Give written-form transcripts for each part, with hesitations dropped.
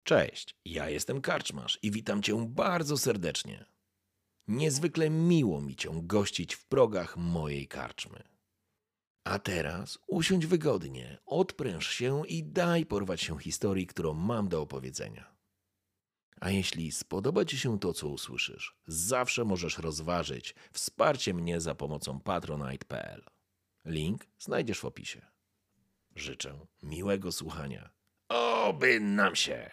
Cześć, ja jestem karczmarz i witam cię bardzo serdecznie. Niezwykle miło mi cię gościć w progach mojej karczmy. A teraz usiądź wygodnie, odpręż się i daj porwać się historii, którą mam do opowiedzenia. A jeśli spodoba ci się to, co usłyszysz, zawsze możesz rozważyć wsparcie mnie za pomocą patronite.pl. Link znajdziesz w opisie. Życzę miłego słuchania. Oby nam się!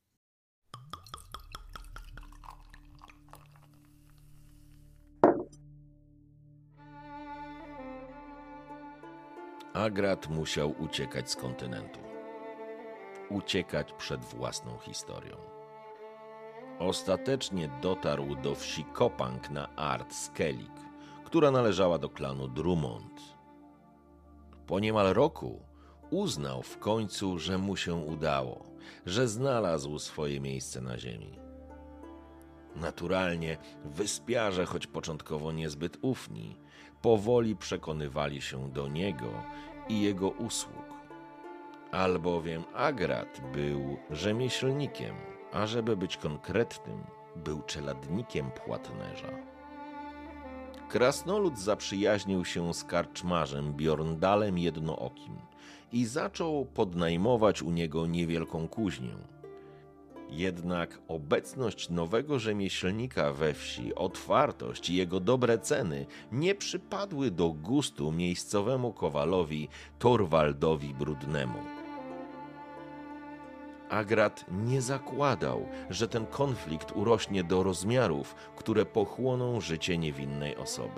Agrat musiał uciekać z kontynentu. Uciekać przed własną historią. Ostatecznie dotarł do wsi Kopang na Ard Skellig, która należała do klanu Drummond. Po niemal roku uznał w końcu, że mu się udało, że znalazł swoje miejsce na ziemi. Naturalnie wyspiarze, choć początkowo niezbyt ufni, powoli przekonywali się do niego i jego usług. Albowiem Agrat był rzemieślnikiem, a żeby być konkretnym, był czeladnikiem płatnerza. Krasnolud zaprzyjaźnił się z karczmarzem Bjorndalem Jednookim i zaczął podnajmować u niego niewielką kuźnię. Jednak obecność nowego rzemieślnika we wsi, otwartość i jego dobre ceny nie przypadły do gustu miejscowemu kowalowi Torwaldowi Brudnemu. Agrat nie zakładał, że ten konflikt urośnie do rozmiarów, które pochłoną życie niewinnej osoby.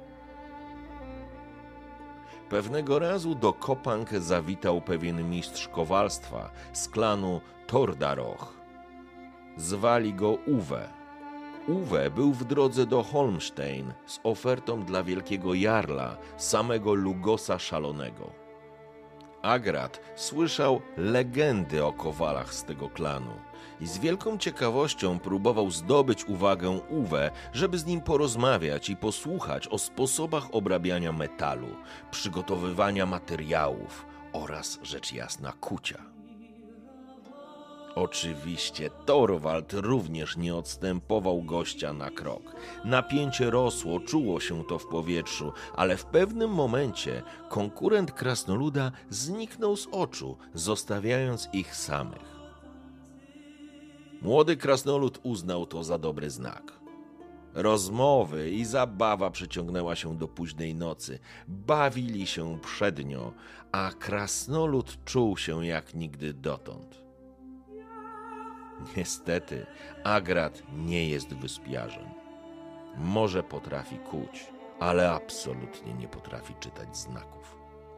Pewnego razu do Kopang zawitał pewien mistrz kowalstwa z klanu Tordaroch. Zwali go Uwe. Uwe był w drodze do Holmstein z ofertą dla wielkiego jarla, samego Lugosa Szalonego. Agrat słyszał legendy o kowalach z tego klanu i z wielką ciekawością próbował zdobyć uwagę Uwe, żeby z nim porozmawiać i posłuchać o sposobach obrabiania metalu, przygotowywania materiałów oraz, rzecz jasna, kucia. Oczywiście Torwald również nie odstępował gościa na krok. Napięcie rosło, czuło się to w powietrzu, ale w pewnym momencie konkurent krasnoluda zniknął z oczu, zostawiając ich samych. Młody krasnolud uznał to za dobry znak. Rozmowy i zabawa przeciągnęła się do późnej nocy. Bawili się przednio, a krasnolud czuł się jak nigdy dotąd. Niestety, Agrat nie jest wyspiarzem. Może potrafi kuć, ale absolutnie nie potrafi czytać znaków.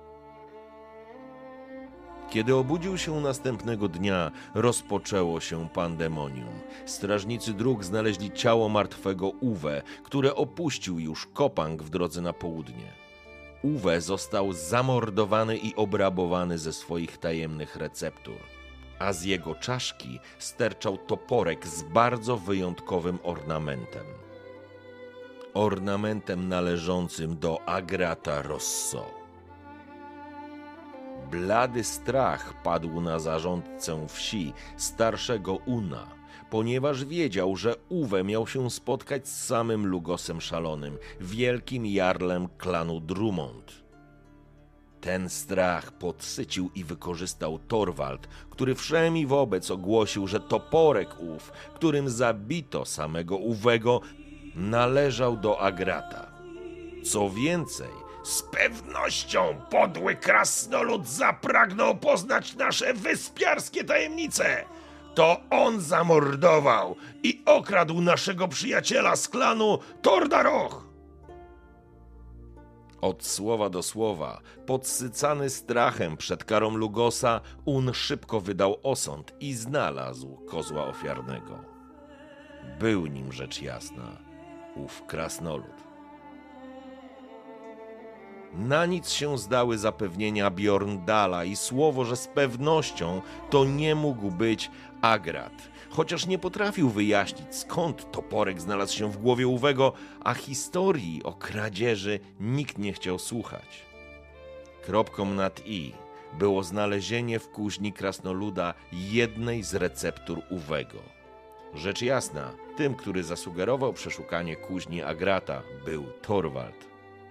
Kiedy obudził się następnego dnia, rozpoczęło się pandemonium. Strażnicy dróg znaleźli ciało martwego Uwe, które opuścił już Kopang w drodze na południe. Uwe został zamordowany i obrabowany ze swoich tajemnych receptur, a z jego czaszki sterczał toporek z bardzo wyjątkowym ornamentem. Ornamentem należącym do Agrata Rosso. Blady strach padł na zarządcę wsi, starszego Una, ponieważ wiedział, że Uwe miał się spotkać z samym Lugosem Szalonym, wielkim jarlem klanu Drummond. Ten strach podsycił i wykorzystał Torwald, który wszemi wobec ogłosił, że toporek ów, którym zabito samego Uwego, należał do Agrata. Co więcej, z pewnością podły krasnolud zapragnął poznać nasze wyspiarskie tajemnice. To on zamordował i okradł naszego przyjaciela z klanu Tordaroch. Od słowa do słowa, podsycany strachem przed karą Lugosa, Un szybko wydał osąd i znalazł kozła ofiarnego. Był nim, rzecz jasna, ów krasnolud. Na nic się zdały zapewnienia Bjorndala i słowo, że z pewnością to nie mógł być Agrat, chociaż nie potrafił wyjaśnić, skąd toporek znalazł się w głowie Uwego, a historii o kradzieży nikt nie chciał słuchać. Kropką nad i było znalezienie w kuźni krasnoluda jednej z receptur Uwego. Rzecz jasna, tym, który zasugerował przeszukanie kuźni Agrata, był Torwald.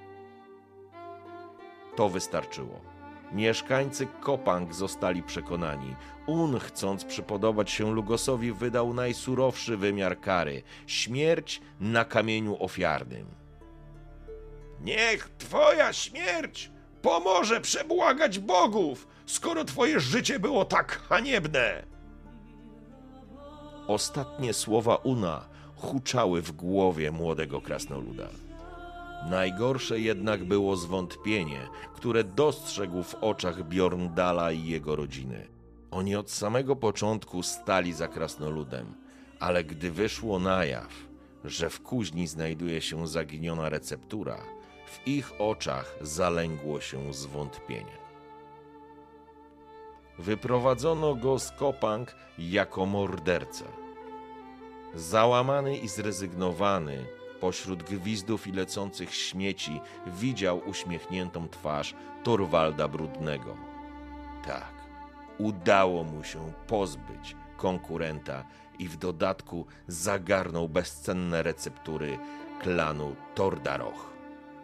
To wystarczyło. Mieszkańcy Kopang zostali przekonani. Chcąc przypodobać się Lugosowi, wydał najsurowszy wymiar kary – śmierć na kamieniu ofiarnym. Niech twoja śmierć pomoże przebłagać bogów, skoro twoje życie było tak haniebne. Ostatnie słowa huczały w głowie młodego krasnoluda. Najgorsze jednak było zwątpienie, które dostrzegł w oczach Bjorndala i jego rodziny. Oni od samego początku stali za krasnoludem, ale gdy wyszło na jaw, że w kuźni znajduje się zaginiona receptura, w ich oczach zalęgło się zwątpienie. Wyprowadzono go z Kopang jako mordercę. Załamany i zrezygnowany, pośród gwizdów i lecących śmieci widział uśmiechniętą twarz Torwalda Brudnego. Tak, udało mu się pozbyć konkurenta i w dodatku zagarnął bezcenne receptury klanu Tordaroch.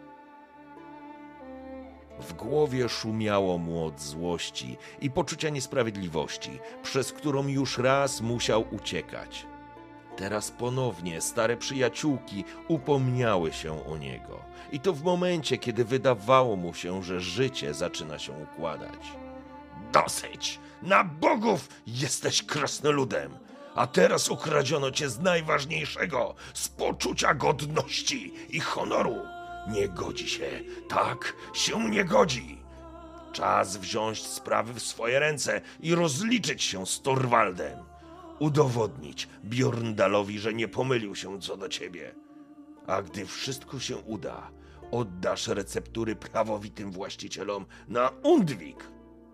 W głowie szumiało mu od złości i poczucia niesprawiedliwości, przez którą już raz musiał uciekać. Teraz ponownie stare przyjaciółki upomniały się o niego. I to w momencie, kiedy wydawało mu się, że życie zaczyna się układać. Dosyć! Na bogów jesteś krasnoludem! A teraz ukradziono cię z najważniejszego, z poczucia godności i honoru. Nie godzi się, tak się nie godzi. Czas wziąć sprawy w swoje ręce i rozliczyć się z Torwaldem. Udowodnić Bjorndalowi, że nie pomylił się co do ciebie. A gdy wszystko się uda, oddasz receptury prawowitym właścicielom na Undvik.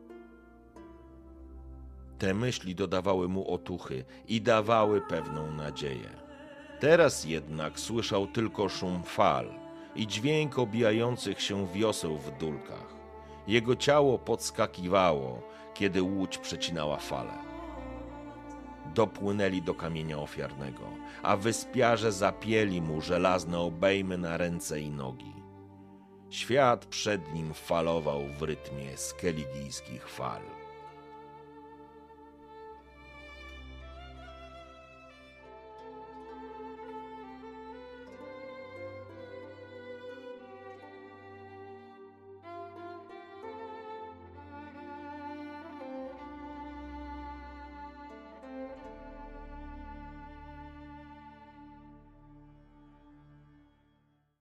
Te myśli dodawały mu otuchy i dawały pewną nadzieję. Teraz jednak słyszał tylko szum fal i dźwięk obijających się wioseł w dulkach. Jego ciało podskakiwało, kiedy łódź przecinała fale. Dopłynęli do kamienia ofiarnego, a wyspiarze zapięli mu żelazne obejmy na ręce i nogi. Świat przed nim falował w rytmie skeligijskich fal.